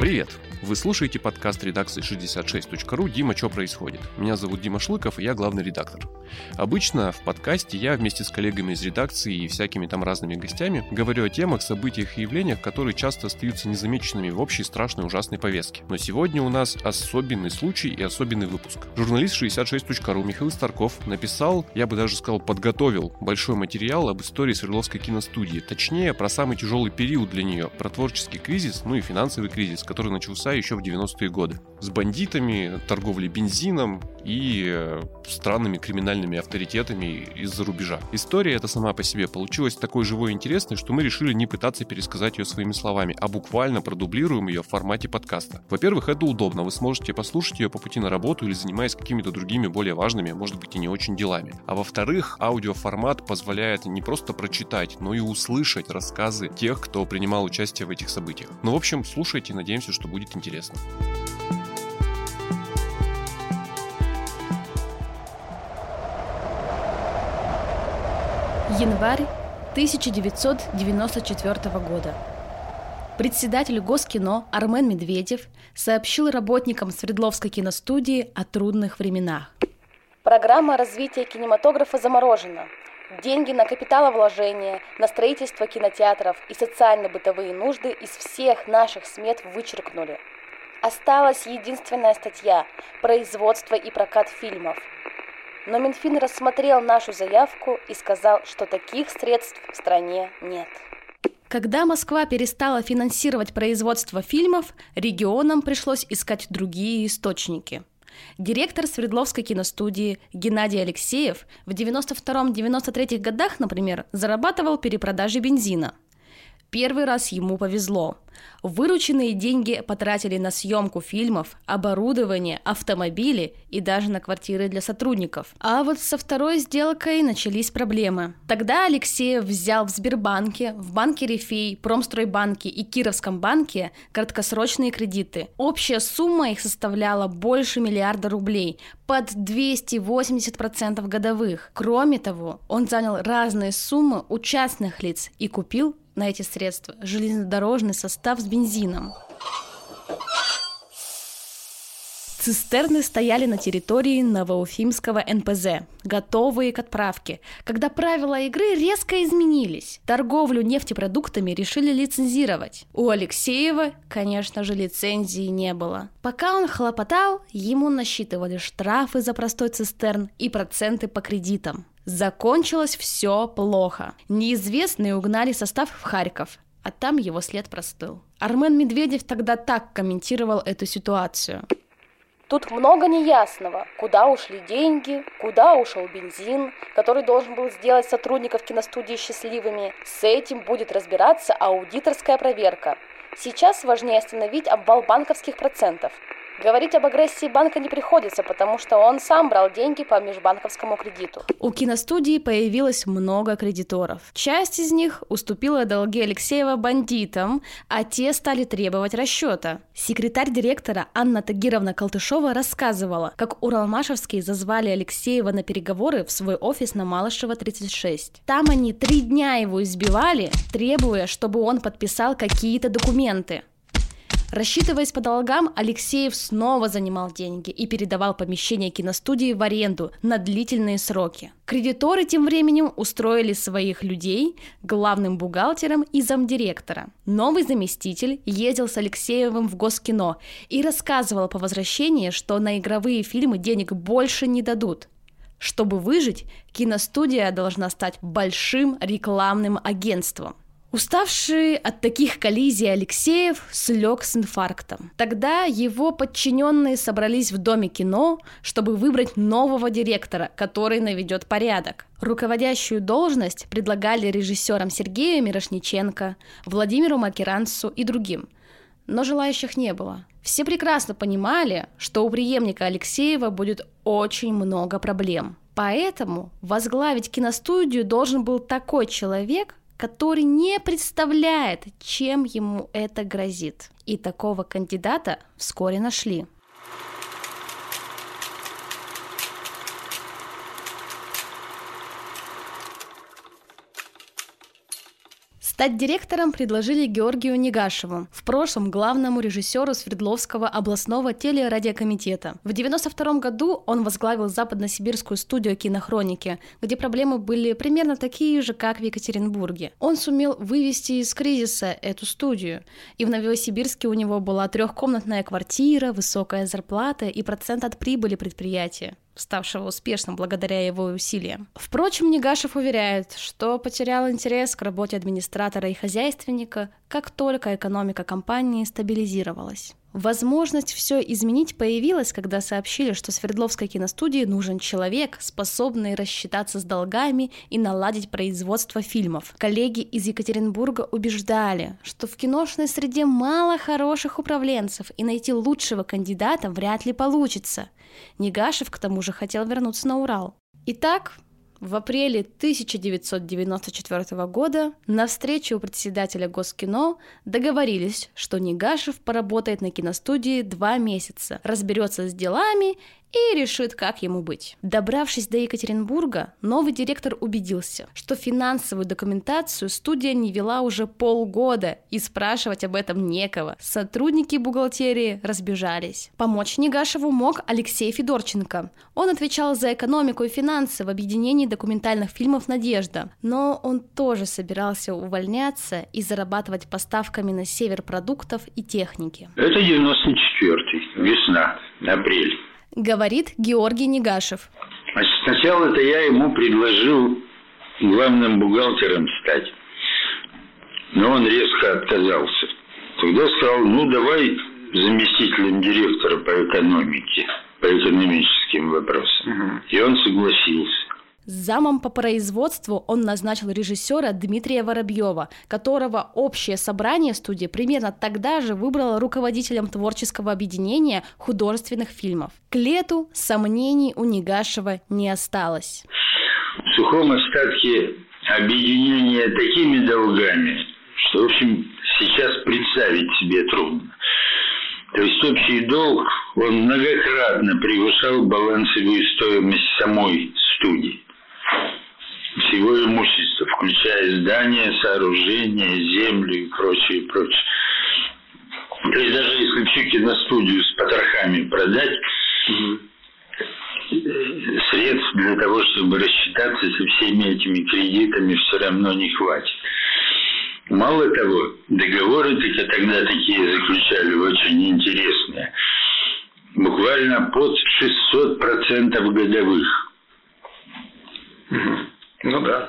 Привет! Вы слушаете подкаст редакции 66.ru «Дима, чё происходит?». Меня зовут Дима Шлыков, и я главный редактор. Обычно в подкасте я вместе с коллегами из редакции и всякими там разными гостями говорю о темах, событиях и явлениях, которые часто остаются незамеченными в общей страшной ужасной повестке. Но сегодня у нас особенный случай и особенный выпуск. Журналист 66.ru Михаил Старков написал, я бы даже сказал, подготовил большой материал об истории Свердловской киностудии. Точнее, про самый тяжелый период для нее, про творческий кризис, и финансовый кризис, который начался еще в 90-е годы. С бандитами, торговлей бензином и странными криминальными авторитетами из-за рубежа. История эта сама по себе получилась такой живой и интересной, что мы решили не пытаться пересказать ее своими словами, а буквально продублируем ее в формате подкаста. Во-первых, это удобно, вы сможете послушать ее по пути на работу или занимаясь какими-то другими более важными, может быть и не очень делами. А во-вторых, аудиоформат позволяет не просто прочитать, но и услышать рассказы тех, кто принимал участие в этих событиях. В общем, слушайте, надеемся, что будет интересно. Январь 1994 года. Председатель Госкино Армен Медведев сообщил работникам Свердловской киностудии о трудных временах. Программа развития кинематографа заморожена. Деньги на капиталовложения, на строительство кинотеатров и социально-бытовые нужды из всех наших смет вычеркнули. Осталась единственная статья – производство и прокат фильмов. Но Минфин рассмотрел нашу заявку и сказал, что таких средств в стране нет. Когда Москва перестала финансировать производство фильмов, регионам пришлось искать другие источники. Директор Свердловской киностудии Геннадий Алексеев в 92-93 годах, например, зарабатывал перепродажей бензина. Первый раз ему повезло. Вырученные деньги потратили на съемку фильмов, оборудование, автомобили и даже на квартиры для сотрудников. А вот со второй сделкой начались проблемы. Тогда Алексеев взял в Сбербанке, в банке Рифей, Промстройбанке и Кировском банке краткосрочные кредиты. Общая сумма их составляла больше миллиарда рублей, под 280% годовых. Кроме того, он занял разные суммы у частных лиц и купил на эти средства железнодорожный состав с бензином. Цистерны стояли на территории Новоуфимского НПЗ, готовые к отправке, когда правила игры резко изменились. Торговлю нефтепродуктами решили лицензировать. У Алексеева, конечно же, лицензии не было. Пока он хлопотал, ему насчитывали штрафы за простой цистерн и проценты по кредитам. Закончилось все плохо. Неизвестные угнали состав в Харьков, а там его след простыл. Армен Медведев тогда так комментировал эту ситуацию. Тут много неясного. Куда ушли деньги, куда ушел бензин, который должен был сделать сотрудников киностудии счастливыми. С этим будет разбираться аудиторская проверка. Сейчас важнее остановить обвал банковских процентов. Говорить об агрессии банка не приходится, потому что он сам брал деньги по межбанковскому кредиту. У киностудии появилось много кредиторов. Часть из них уступила долги Алексеева бандитам, а те стали требовать расчета. Секретарь директора Анна Тагировна Колтышова рассказывала, как уралмашевские зазвали Алексеева на переговоры в свой офис на Малышева, 36. Там они 3 дня его избивали, требуя, чтобы он подписал какие-то документы. Рассчитываясь по долгам, Алексеев снова занимал деньги и передавал помещение киностудии в аренду на длительные сроки. Кредиторы тем временем устроили своих людей главным бухгалтером и замдиректора. Новый заместитель ездил с Алексеевым в Госкино и рассказывал по возвращении, что на игровые фильмы денег больше не дадут. Чтобы выжить, киностудия должна стать большим рекламным агентством. Уставший от таких коллизий Алексеев слег с инфарктом. Тогда его подчиненные собрались в Доме кино, чтобы выбрать нового директора, который наведет порядок. Руководящую должность предлагали режиссерам Сергею Мирошниченко, Владимиру Макеранцу и другим. Но желающих не было. Все прекрасно понимали, что у преемника Алексеева будет очень много проблем. Поэтому возглавить киностудию должен был такой человек, который не представляет, чем ему это грозит. И такого кандидата вскоре нашли. Стать директором предложили Георгию Негашеву, в прошлом главному режиссеру Свердловского областного телерадиокомитета. В 1992 году он возглавил западносибирскую студию кинохроники, где проблемы были примерно такие же, как в Екатеринбурге. Он сумел вывести из кризиса эту студию, и в Новосибирске у него была 3-комнатная квартира, высокая зарплата и процент от прибыли предприятия, ставшего успешным благодаря его усилиям. Впрочем, Негашев уверяет, что потерял интерес к работе администратора и хозяйственника, как только экономика компании стабилизировалась. Возможность все изменить появилась, когда сообщили, что Свердловской киностудии нужен человек, способный рассчитаться с долгами и наладить производство фильмов. Коллеги из Екатеринбурга убеждали, что в киношной среде мало хороших управленцев, и найти лучшего кандидата вряд ли получится. Негашев, к тому же, хотел вернуться на Урал. Итак, в апреле 1994 года на встрече у председателя Госкино договорились, что Негашев поработает на киностудии 2 месяца, разберется с делами и решит, как ему быть. Добравшись до Екатеринбурга, новый директор убедился, что финансовую документацию студия не вела уже полгода, и спрашивать об этом некого. Сотрудники бухгалтерии разбежались. Помочь Негашеву мог Алексей Федорченко. Он отвечал за экономику и финансы в объединении документальных фильмов «Надежда», но он тоже собирался увольняться и зарабатывать поставками на север продуктов и техники. Это 94-й, весна, апрель. Говорит Георгий Негашев. Сначала-то я ему предложил главным бухгалтером стать, но он резко отказался. Тогда сказал, давай заместителем директора по экономике, по экономическим вопросам. И он согласился. Замом по производству он назначил режиссера Дмитрия Воробьева, которого общее собрание студии примерно тогда же выбрало руководителем творческого объединения художественных фильмов. К лету сомнений у Негашева не осталось. В сухом остатке объединение такими долгами, что, в общем, сейчас представить себе трудно. То есть общий долг, он многократно превышал балансовую стоимость самой студии. Всего имущества, включая здания, сооружения, землю и прочее, прочее. То есть даже если всю киностудию с потрохами продать, средств для того, чтобы рассчитаться со всеми этими кредитами, все равно не хватит. Мало того, договоры тогда такие заключали очень интересные. Буквально под 600% годовых. Да.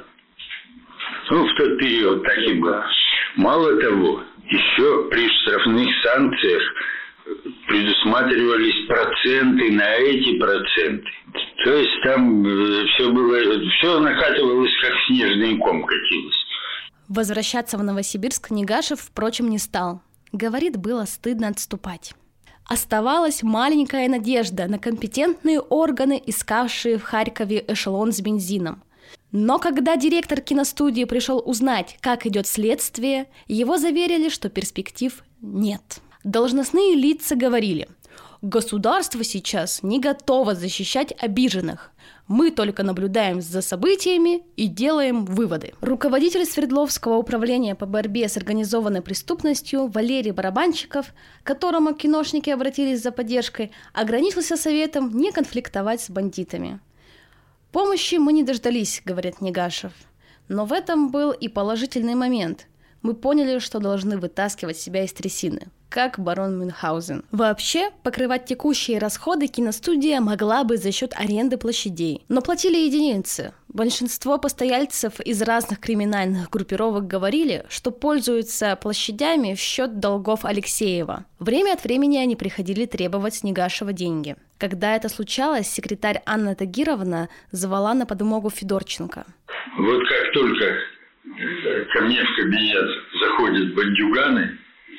В тот период так и было. Мало того, еще при штрафных санкциях предусматривались проценты на эти проценты. То есть там все накатывалось, как снежный ком катилось. Возвращаться в Новосибирск Негашев, впрочем, не стал. Говорит, было стыдно отступать. Оставалась маленькая надежда на компетентные органы, искавшие в Харькове эшелон с бензином. Но когда директор киностудии пришел узнать, как идет следствие, его заверили, что перспектив нет. Должностные лица говорили: государство сейчас не готово защищать обиженных. Мы только наблюдаем за событиями и делаем выводы. Руководитель Свердловского управления по борьбе с организованной преступностью Валерий Барабанщиков, к которому киношники обратились за поддержкой, ограничился советом не конфликтовать с бандитами. «Помощи мы не дождались», — говорит Негашев. Но в этом был и положительный момент. Мы поняли, что должны вытаскивать себя из трясины, как барон Мюнхгаузен. Вообще, покрывать текущие расходы киностудия могла бы за счет аренды площадей. Но платили единицы. Большинство постояльцев из разных криминальных группировок говорили, что пользуются площадями в счет долгов Алексеева. Время от времени они приходили требовать с Негашева деньги. Когда это случалось, секретарь Анна Тагировна звала на подмогу Федорченко. Вот как только ко мне в кабинет заходят бандюганы,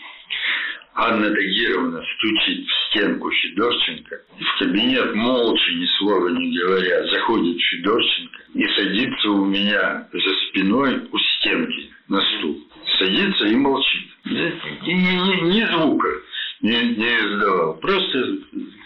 Анна Тагировна стучит в стенку Федорченко. В кабинет молча, ни слова не говоря, заходит Федорченко и садится у меня за спиной у стенки на стул. Садится и молчит. Ни звука не издавал. Просто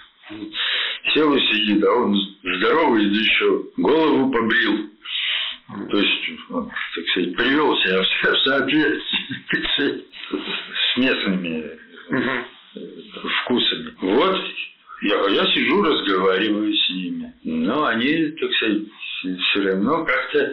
сел и сидит, а он здоровый, да еще голову побрил. То есть, так сказать, привел себя в соответствии с местными вкусами. Вот я сижу, разговариваю с ними. Но они, так сказать, все равно как-то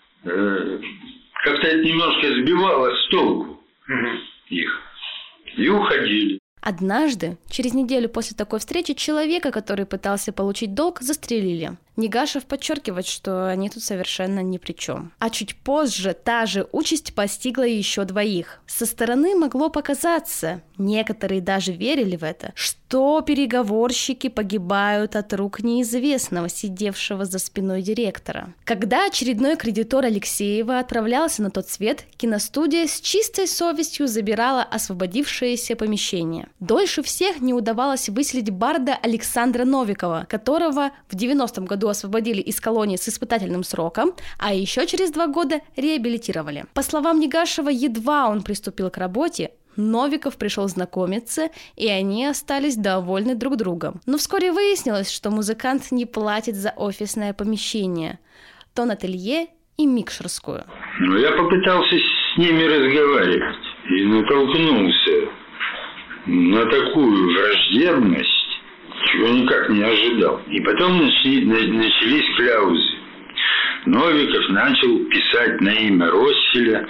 это немножко сбивало с толку их. И уходили. Однажды, через неделю после такой встречи, человека, который пытался получить долг, застрелили. Негашев подчеркивает, что они тут совершенно ни при чем. А чуть позже та же участь постигла еще двоих. Со стороны могло показаться, некоторые даже верили в это, что переговорщики погибают от рук неизвестного, сидевшего за спиной директора. Когда очередной кредитор Алексеева отправлялся на тот свет, киностудия с чистой совестью забирала освободившееся помещение. Дольше всех не удавалось выселить барда Александра Новикова, которого в 90-м году освободили из колонии с испытательным сроком, а еще через 2 года реабилитировали. По словам Негашева, едва он приступил к работе, Новиков пришел знакомиться, и они остались довольны друг другом. Но вскоре выяснилось, что музыкант не платит за офисное помещение, тон-ателье и микшерскую. Я попытался с ними разговаривать и натолкнулся на такую враждебность, чего никак не ожидал. И потом начались кляузы. Новиков начал писать на имя Росселя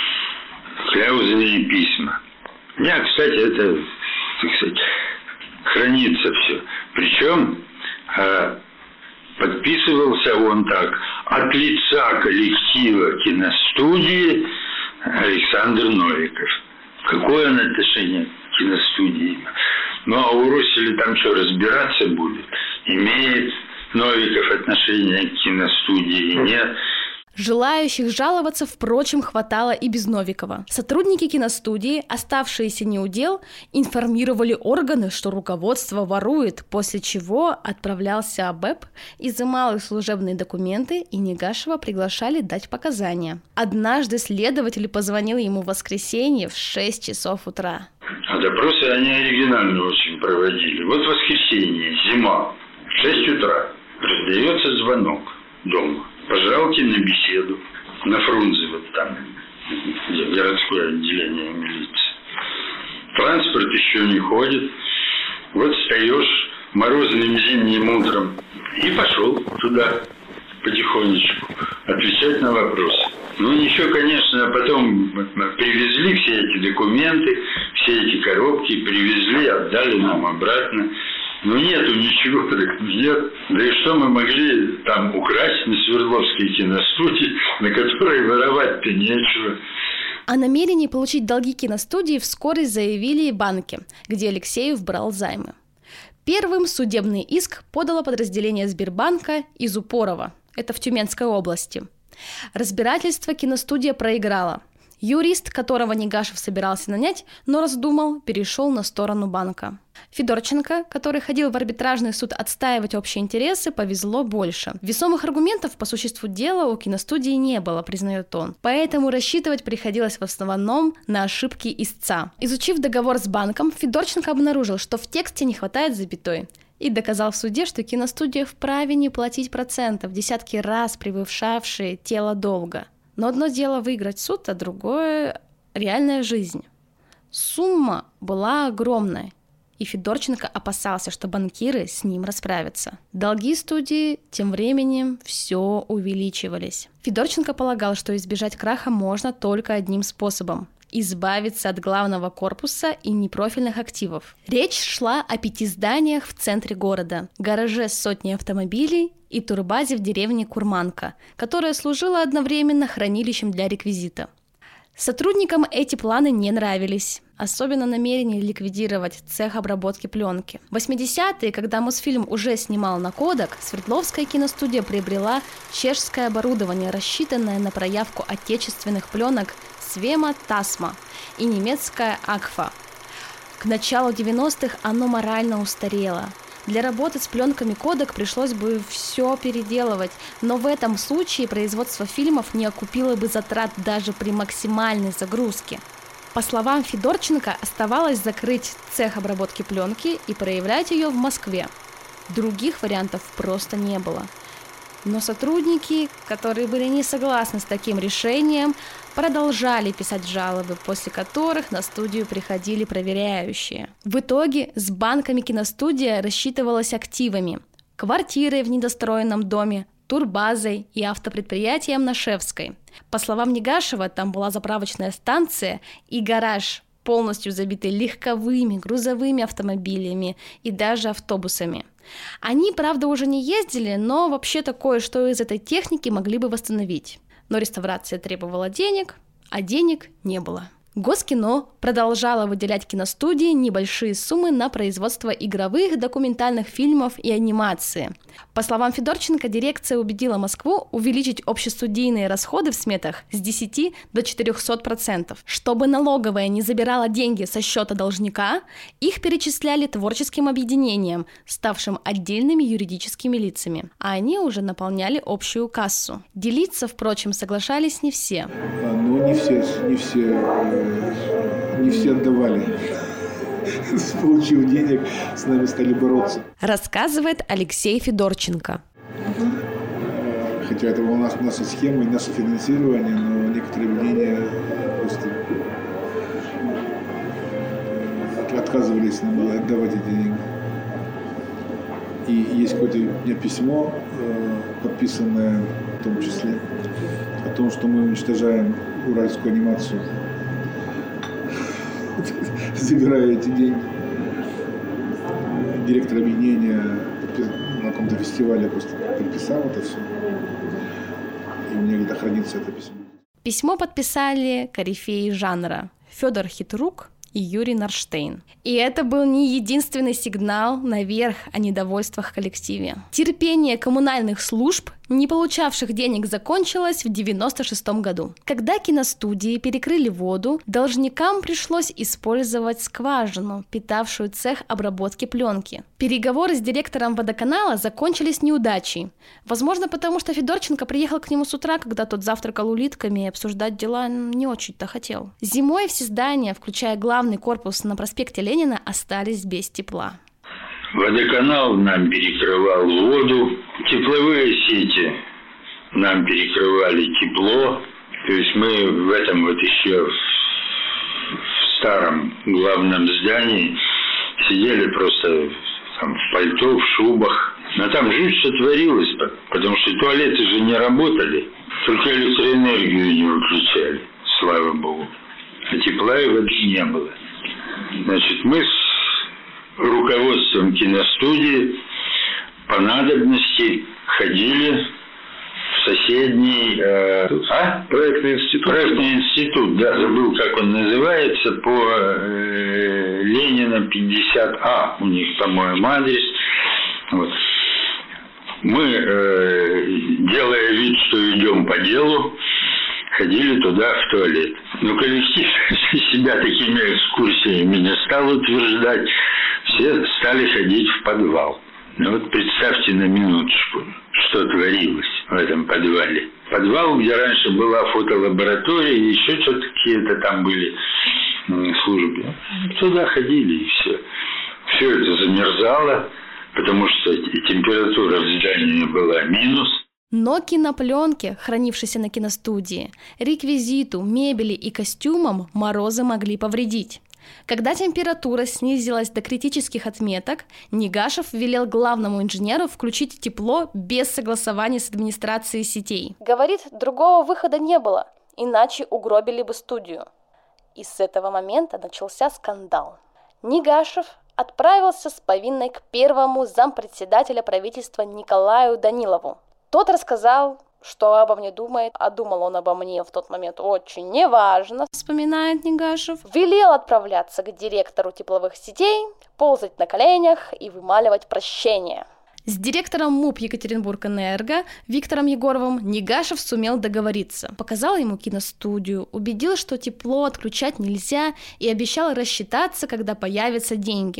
кляузные письма. Кстати, это, так сказать, хранится все. Причем подписывался он так: от лица коллектива киностудии Александр Новиков. Какое он отношение к киностудии? А у Росселя там что, разбираться будет? Имеет Новиков отношение к киностудии? Нет. Желающих жаловаться, впрочем, хватало и без Новикова. Сотрудники киностудии, оставшиеся неудел, информировали органы, что руководство ворует, после чего отправлялся АБЭП, изымал их служебные документы, и Негашева приглашали дать показания. Однажды следователь позвонил ему в воскресенье в 6 часов утра. А допросы они оригинально очень проводили. Вот воскресенье, зима, в 6 утра раздается звонок дома. Пожалуйте на беседу на Фрунзе, вот там, городское отделение милиции. Транспорт еще не ходит. Вот встаешь морозным зимним утром и пошел туда потихонечку отвечать на вопросы. Еще, конечно, потом привезли все эти документы, все эти коробки, привезли, отдали нам обратно. Нету ничего, нет. Да и что мы могли там украсть на Свердловской киностудии, на которой воровать-то нечего. О намерении получить долги киностудии вскоре заявили и банки, где Алексеев брал займы. Первым судебный иск подало подразделение Сбербанка из Упорова, это в Тюменской области. Разбирательство киностудия проиграла. Юрист, которого Негашев собирался нанять, но раздумал, перешел на сторону банка. Федорченко, который ходил в арбитражный суд отстаивать общие интересы, повезло больше. Весомых аргументов по существу дела у киностудии не было, признает он. Поэтому рассчитывать приходилось в основном на ошибки истца. Изучив договор с банком, Федорченко обнаружил, что в тексте не хватает запятой. И доказал в суде, что киностудия вправе не платить процентов, десятки раз превышавшие тело долга. Но одно дело выиграть суд, а другое – реальная жизнь. Сумма была огромной, и Федорченко опасался, что банкиры с ним расправятся. Долги студии тем временем все увеличивались. Федорченко полагал, что избежать краха можно только одним способом – избавиться от главного корпуса и непрофильных активов. Речь шла о 5 зданиях в центре города, гараже с сотней автомобилей и турбазе в деревне Курманка, которая служила одновременно хранилищем для реквизита. Сотрудникам эти планы не нравились, особенно намерение ликвидировать цех обработки пленки. В 80-е, когда Мосфильм уже снимал на кодек, Свердловская киностудия приобрела чешское оборудование, рассчитанное на проявку отечественных пленок Свема Тасма и немецкая Акфа. К началу 90-х оно морально устарело. Для работы с пленками кодек пришлось бы все переделывать, но в этом случае производство фильмов не окупило бы затрат даже при максимальной загрузке. По словам Федорченко, оставалось закрыть цех обработки пленки и проявлять ее в Москве. Других вариантов просто не было. Но сотрудники, которые были не согласны с таким решением, продолжали писать жалобы, после которых на студию приходили проверяющие. В итоге с банками киностудия рассчитывалась активами: квартирой в недостроенном доме, турбазой и автопредприятием на Шефской. По словам Негашева, там была заправочная станция и гараж, полностью забитый легковыми, грузовыми автомобилями и даже автобусами. Они, правда, уже не ездили, но вообще-то кое-что из этой техники могли бы восстановить. Но реставрация требовала денег, а денег не было. Госкино продолжало выделять киностудии небольшие суммы на производство игровых, документальных фильмов и анимации. По словам Федорченко, дирекция убедила Москву увеличить общестудийные расходы в сметах с 10 до 400%. Чтобы налоговая не забирала деньги со счета должника, их перечисляли творческим объединениям, ставшим отдельными юридическими лицами, а они уже наполняли общую кассу. Делиться, впрочем, соглашались не все. Но не все отдавали. Получив денег, с нами стали бороться. Рассказывает Алексей Федорченко. Хотя это была наша схема и наше финансирование, но некоторые мнения просто отказывались нам отдавать эти деньги. И есть какое-то у меня письмо, подписанное в том числе, о том, что мы уничтожаем уральскую анимацию, забирая эти деньги. Директор объединения на каком-то фестивале просто подписал это все. И у меня где-то хранится это письмо. Письмо подписали корифеи жанра Федор Хитрук и Юрий Нарштейн. И это был не единственный сигнал наверх о недовольствах в коллективе. Терпение коммунальных служб, не получавших денег, закончилось в 1996 году. Когда киностудии перекрыли воду, должникам пришлось использовать скважину, питавшую цех обработки пленки. Переговоры с директором водоканала закончились неудачей. Возможно, потому что Федорченко приехал к нему с утра, когда тот завтракал улитками, и обсуждать дела не очень-то хотел. Зимой все здания, включая главный корпус на проспекте Ленина, остались без тепла. Водоканал нам перекрывал воду, тепловые сети нам перекрывали тепло. То есть мы в этом вот еще в старом главном здании сидели просто там в пальто, в шубах. Но там жуть что творилось, потому что туалеты же не работали, только электроэнергию не выключали, слава богу. А тепла и воды не было. Значит, мы с руководством киностудии по надобности ходили в соседний проектный институт, да, забыл, как он называется, по Ленина 50А, у них, по-моему, адрес. Вот. Мы, делая вид, что идем по делу, ходили туда в туалет. Но коллектив себя такими экскурсиями не стал утверждать. Все стали ходить в подвал. Ну вот представьте на минуточку, что творилось в этом подвале. Подвал, где раньше была фотолаборатория, и еще что-то какие-то там были службы. Туда ходили и все. Все это замерзало, потому что температура в здании была минус. Но кинопленке, хранившейся на киностудии, реквизиту, мебели и костюмам морозы могли повредить. Когда температура снизилась до критических отметок, Негашев велел главному инженеру включить тепло без согласования с администрацией сетей. Говорит, другого выхода не было, иначе угробили бы студию. И с этого момента начался скандал. Негашев отправился с повинной к первому зампредседателя правительства Николаю Данилову. Тот рассказал, что обо мне думает, а думал он обо мне в тот момент очень неважно, вспоминает Негашев. Велел отправляться к директору тепловых сетей, ползать на коленях и вымаливать прощение. С директором МУП Екатеринбург-Энерго Виктором Егоровым Негашев сумел договориться. Показал ему киностудию, убедил, что тепло отключать нельзя, и обещал рассчитаться, когда появятся деньги.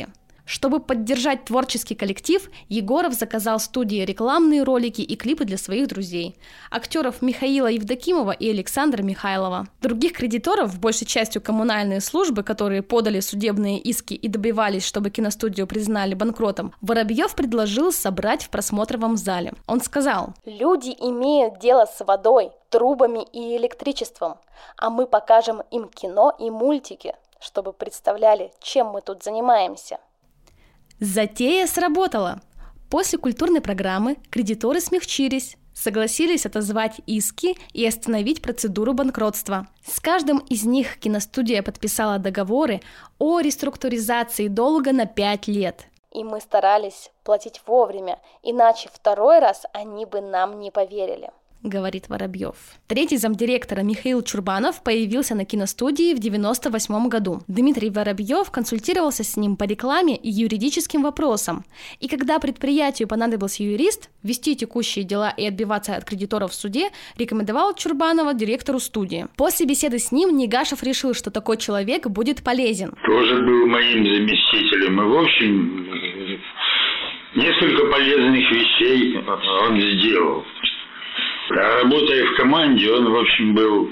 Чтобы поддержать творческий коллектив, Егоров заказал студии рекламные ролики и клипы для своих друзей, актеров Михаила Евдокимова и Александра Михайлова. Других кредиторов, большей частью коммунальные службы, которые подали судебные иски и добивались, чтобы киностудию признали банкротом, Воробьев предложил собрать в просмотровом зале. Он сказал: «Люди имеют дело с водой, трубами и электричеством, а мы покажем им кино и мультики, чтобы представляли, чем мы тут занимаемся». Затея сработала. После культурной программы кредиторы смягчились, согласились отозвать иски и остановить процедуру банкротства. С каждым из них киностудия подписала договоры о реструктуризации долга на 5 лет. И мы старались платить вовремя, иначе второй раз они бы нам не поверили, говорит Воробьев. Третий замдиректора Михаил Чурбанов появился на киностудии в 1998 году. Дмитрий Воробьев консультировался с ним по рекламе и юридическим вопросам. И когда предприятию понадобился юрист, вести текущие дела и отбиваться от кредиторов в суде, рекомендовал Чурбанова директору студии. После беседы с ним Негашев решил, что такой человек будет полезен. Тоже был моим заместителем. И, в общем, несколько полезных вещей он сделал. А работая в команде, он, в общем, был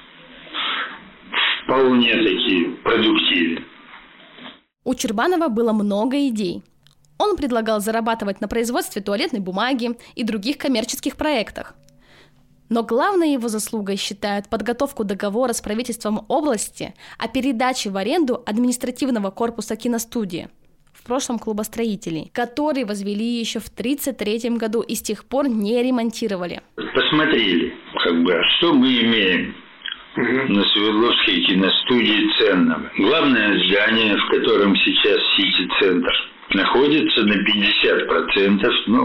вполне-таки продуктивен. У Чурбанова было много идей. Он предлагал зарабатывать на производстве туалетной бумаги и других коммерческих проектах. Но главной его заслугой считают подготовку договора с правительством области о передаче в аренду административного корпуса киностудии, в прошлом клубостроителей, который возвели еще в 1933 году и с тех пор не ремонтировали. Посмотрели, что мы имеем на Свердловской киностудии ценного. Главное здание, в котором сейчас Сити-центр, находится на 50%,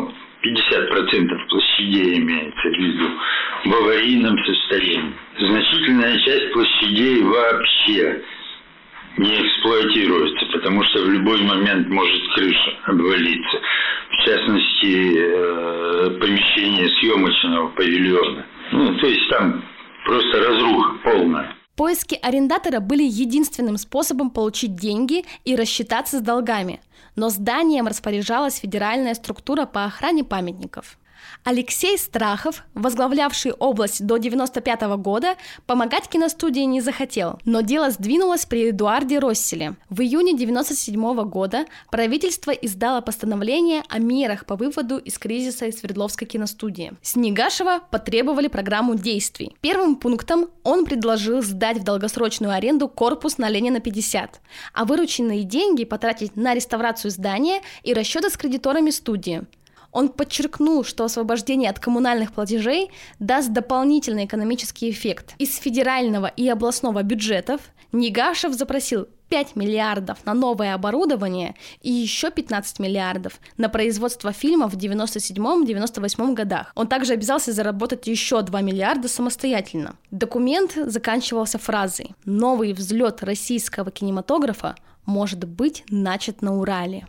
50% площадей имеется в виду, в аварийном состоянии. Значительная часть площадей вообще не эксплуатируется, потому что в любой момент может крыша обвалиться. В частности, помещение съемочного павильона. То есть там просто разруха полная. Поиски арендатора были единственным способом получить деньги и рассчитаться с долгами. Но зданием распоряжалась федеральная структура по охране памятников. Алексей Страхов, возглавлявший область до 1995 года, помогать киностудии не захотел, но дело сдвинулось при Эдуарде Росселе. В июне 1997 года правительство издало постановление о мерах по выводу из кризиса Свердловской киностудии. С Негашева потребовали программу действий. Первым пунктом он предложил сдать в долгосрочную аренду корпус на Ленина 50, а вырученные деньги потратить на реставрацию здания и расчеты с кредиторами студии. Он подчеркнул, что освобождение от коммунальных платежей даст дополнительный экономический эффект. Из федерального и областного бюджетов Негашев запросил 5 миллиардов на новое оборудование и еще 15 миллиардов на производство фильмов в 1997-1998 годах. Он также обязался заработать еще 2 миллиарда самостоятельно. Документ заканчивался фразой: «Новый взлет российского кинематографа может быть начат на Урале».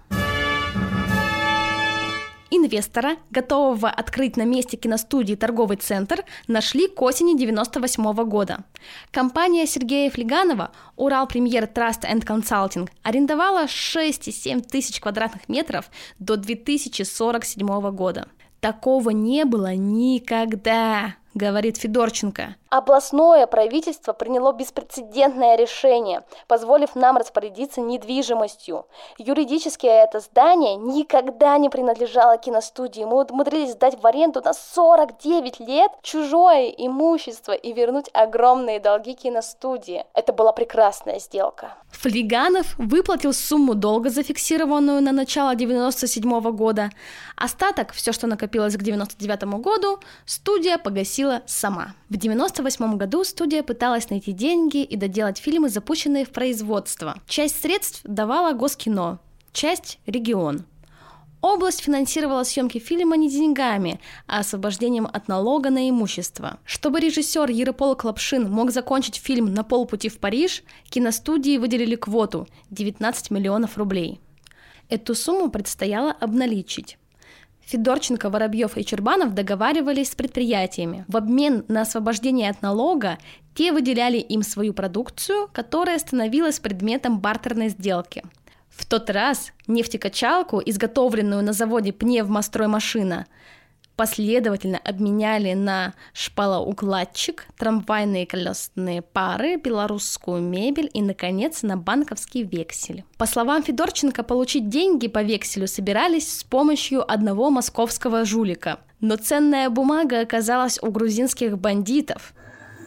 Инвестора, готового открыть на месте киностудии торговый центр, нашли к осени 1998 года. Компания Сергея Флеганова «Урал Премьер Траст энд Консалтинг» арендовала 6,7 тысяч квадратных метров до 2047 года. Такого не было никогда, говорит Федорченко. Областное правительство приняло беспрецедентное решение, позволив нам распорядиться недвижимостью. Юридически это здание никогда не принадлежало киностудии. Мы умудрились сдать в аренду на 49 лет чужое имущество и вернуть огромные долги киностудии. Это была прекрасная сделка. Флеганов выплатил сумму долга, зафиксированную на начало 1997 года. Остаток, все, что накопилось к 1999 году, студия погасила сама. В 1998 году студия пыталась найти деньги и доделать фильмы, запущенные в производство. Часть средств давала Госкино, часть – регион. Область финансировала съемки фильма не деньгами, а освобождением от налога на имущество. Чтобы режиссер Ярополк Лапшин мог закончить фильм «На полпути в Париж», киностудии выделили квоту – 19 миллионов рублей. Эту сумму предстояло обналичить. Федорченко, Воробьев и Чурбанов договаривались с предприятиями. В обмен на освобождение от налога те выделяли им свою продукцию, которая становилась предметом бартерной сделки. В тот раз нефтекачалку, изготовленную на заводе «Пневмостроймашина», последовательно обменяли на шпалоукладчик, трамвайные колесные пары, белорусскую мебель и, наконец, на банковский вексель. По словам Федорченко, получить деньги по векселю собирались с помощью одного московского жулика. Но ценная бумага оказалась у грузинских бандитов.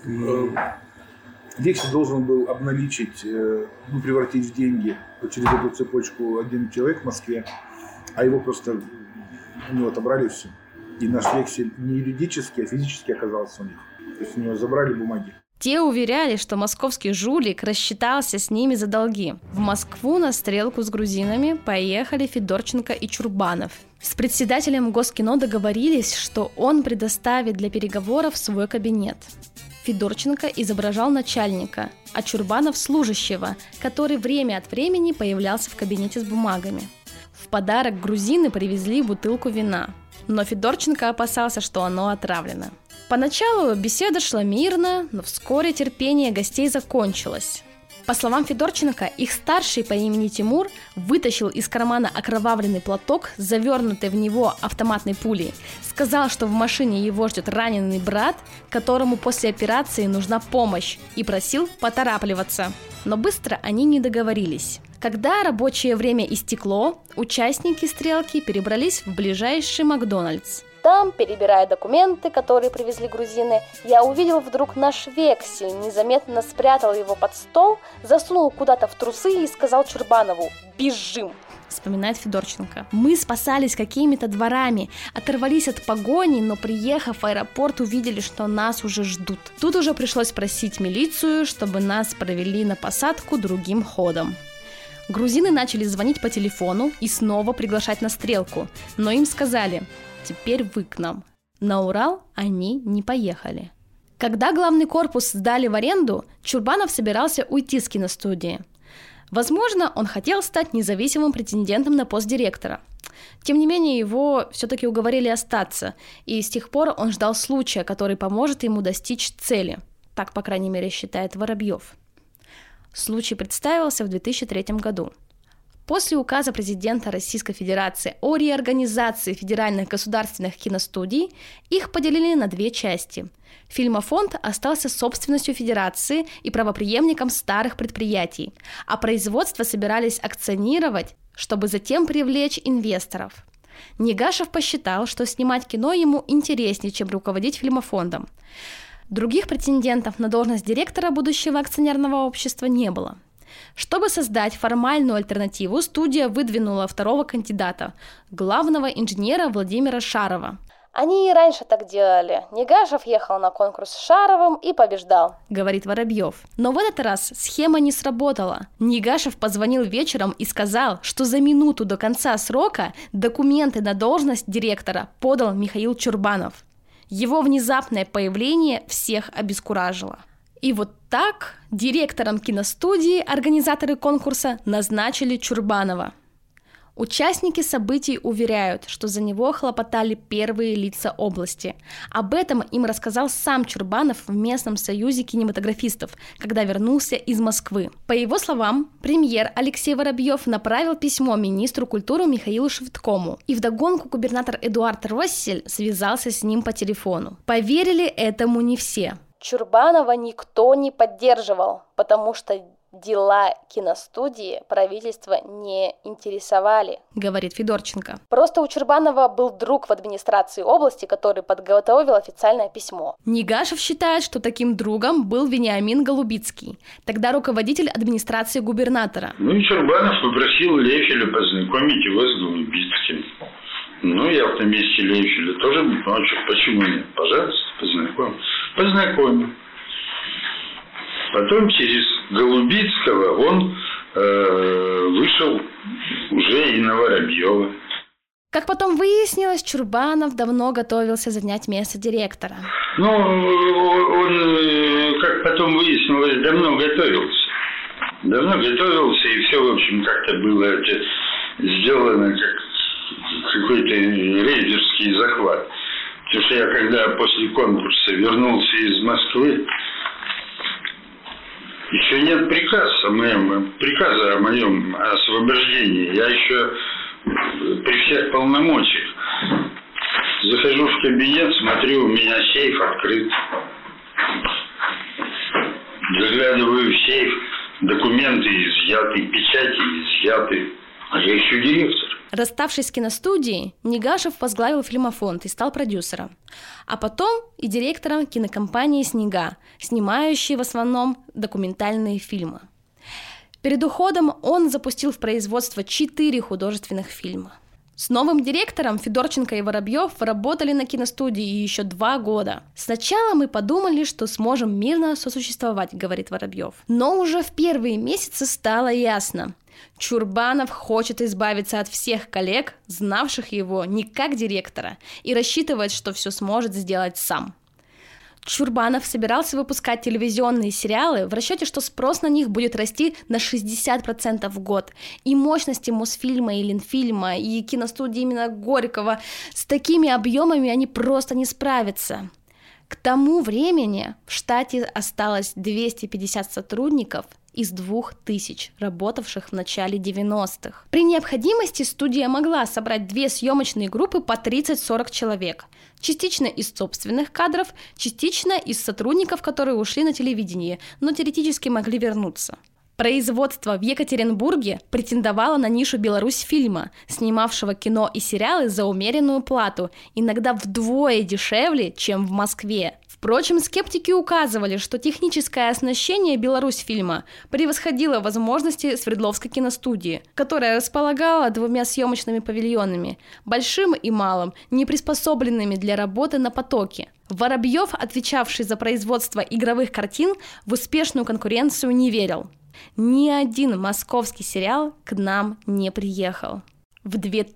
Вексель должен был обналичить, превратить в деньги через эту цепочку один человек в Москве, а его просто у него отобрали все. И наш вексель не юридически, а физически оказался у них. То есть у него забрали бумаги. Те уверяли, что московский жулик рассчитался с ними за долги. В Москву на стрелку с грузинами поехали Федорченко и Чурбанов. С председателем Госкино договорились, что он предоставит для переговоров свой кабинет. Федорченко изображал начальника, а Чурбанов – служащего, который время от времени появлялся в кабинете с бумагами. В подарок грузины привезли бутылку вина, но Федорченко опасался, что оно отравлено. Поначалу беседа шла мирно, но вскоре терпение гостей закончилось. По словам Федорченко, их старший по имени Тимур вытащил из кармана окровавленный платок, завернутый в него автоматной пулей, сказал, что в машине его ждет раненый брат, которому после операции нужна помощь, и просил поторапливаться. Но быстро они не договорились. Когда рабочее время истекло, участники стрелки перебрались в ближайший Макдональдс. Там, перебирая документы, которые привезли грузины, я увидел вдруг наш вексель, незаметно спрятал его под стол, засунул куда-то в трусы и сказал Чурбанову: «Бежим!» Вспоминает Федорченко. Мы спасались какими-то дворами, оторвались от погони, но приехав в аэропорт, увидели, что нас уже ждут. Тут уже пришлось просить милицию, чтобы нас провели на посадку другим ходом. Грузины начали звонить по телефону и снова приглашать на стрелку, но им сказали: «Теперь вы к нам». На Урал они не поехали. Когда главный корпус сдали в аренду, Чурбанов собирался уйти с киностудии. Возможно, он хотел стать независимым претендентом на пост директора. Тем не менее, его все-таки уговорили остаться, и с тех пор он ждал случая, который поможет ему достичь цели. Так, по крайней мере, считает Воробьев. Случай представился в 2003 году. После указа президента Российской Федерации о реорганизации федеральных государственных киностудий их поделили на две части. Фильмофонд остался собственностью Федерации и правопреемником старых предприятий, а производство собирались акционировать, чтобы затем привлечь инвесторов. Негашев посчитал, что снимать кино ему интереснее, чем руководить фильмофондом. Других претендентов на должность директора будущего акционерного общества не было. Чтобы создать формальную альтернативу, студия выдвинула второго кандидата, главного инженера Владимира Шарова. Они и раньше так делали. Негашев ехал на конкурс с Шаровым и побеждал, говорит Воробьев. Но в этот раз схема не сработала. Негашев позвонил вечером и сказал, что за минуту до конца срока документы на должность директора подал Михаил Чурбанов. Его внезапное появление всех обескуражило. И вот так директором киностудии организаторы конкурса назначили Чурбанова. Участники событий уверяют, что за него хлопотали первые лица области. Об этом им рассказал сам Чурбанов в местном союзе кинематографистов, когда вернулся из Москвы. По его словам, премьер Алексей Воробьев направил письмо министру культуры Михаилу Шевткому, и вдогонку губернатор Эдуард Россель связался с ним по телефону. Поверили этому не все. Чурбанова никто не поддерживал, потому что дела киностудии правительства не интересовали, говорит Федорченко. Просто у Чурбанова был друг в администрации области, который подготовил официальное письмо. Негашев считает, что таким другом был Вениамин Голубицкий, тогда руководитель администрации губернатора. И Чурбанов попросил Лейфеля познакомить его с Голубицким. Я в том месте Лейфеля тоже, почему нет? Пожалуйста, познакомил. Потом через Голубицкого он вышел уже и на Воробьева. Как потом выяснилось, Чурбанов давно готовился занять место директора. Он, как потом выяснилось, давно готовился. И все, в общем, как-то было это сделано как какой-то рейдерский захват. Потому что я, когда после конкурса вернулся из Москвы, Еще нет приказа о моем освобождении. Я еще при всех полномочиях. Захожу в кабинет, смотрю, у меня сейф открыт. Заглядываю в сейф, документы изъяты, печати изъяты. А я еще директор. Расставшись с киностудией, Негашев возглавил фильмофонд и стал продюсером, а потом и директором кинокомпании «Снега», снимающей в основном документальные фильмы. Перед уходом он запустил в производство 4 художественных фильма. С новым директором Федорченко и Воробьев работали на киностудии еще 2 года. «Сначала мы подумали, что сможем мирно сосуществовать», — говорит Воробьев. Но уже в первые месяцы стало ясно. Чурбанов хочет избавиться от всех коллег, знавших его не как директора, и рассчитывает, что все сможет сделать сам. Чурбанов собирался выпускать телевизионные сериалы в расчете, что спрос на них будет расти на 60% в год. И мощности Мосфильма и Ленфильма, и киностудии именно Горького, с такими объемами они просто не справятся. К тому времени в штате осталось 250 сотрудников из 2000, работавших в начале 90-х. При необходимости студия могла собрать 2 съемочные группы по 30-40 человек. Частично из собственных кадров, частично из сотрудников, которые ушли на телевидение, но теоретически могли вернуться. Производство в Екатеринбурге претендовало на нишу Беларусьфильма, снимавшего кино и сериалы за умеренную плату, иногда вдвое дешевле, чем в Москве. Впрочем, скептики указывали, что техническое оснащение Беларусьфильма превосходило возможности Свердловской киностудии, которая располагала 2 съемочными павильонами, большим и малым, не приспособленными для работы на потоке. Воробьев, отвечавший за производство игровых картин, в успешную конкуренцию не верил. Ни один московский сериал к нам не приехал. В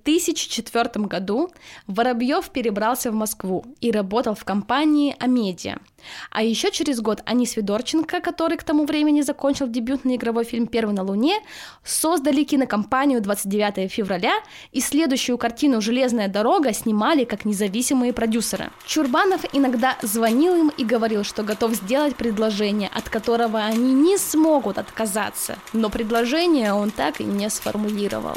2004 году Воробьев перебрался в Москву и работал в компании «Амедиа». А еще через год они с Федорченко, который к тому времени закончил дебютный игровой фильм «Первый на Луне», создали кинокомпанию «29 февраля» и следующую картину «Железная дорога» снимали как независимые продюсеры. Чурбанов иногда звонил им и говорил, что готов сделать предложение, от которого они не смогут отказаться. Но предложение он так и не сформулировал.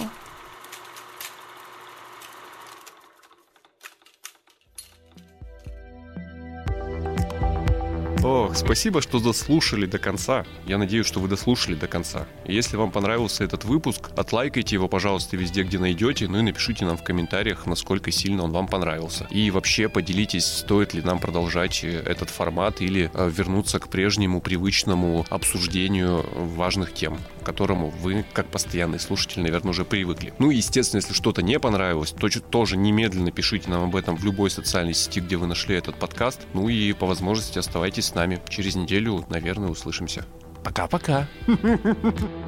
Ох, спасибо, что дослушали до конца. Я надеюсь, что вы дослушали до конца. И если вам понравился этот выпуск, отлайкайте его, пожалуйста, везде, где найдете, ну и напишите нам в комментариях, насколько сильно он вам понравился. И вообще поделитесь, стоит ли нам продолжать этот формат или вернуться к прежнему привычному обсуждению важных тем, к которому вы, как постоянный слушатель, наверное, уже привыкли. Ну и, естественно, если что-то не понравилось, то тоже немедленно пишите нам об этом в любой социальной сети, где вы нашли этот подкаст. Ну и по возможности оставайтесь с нами. Через неделю, наверное, услышимся. Пока-пока.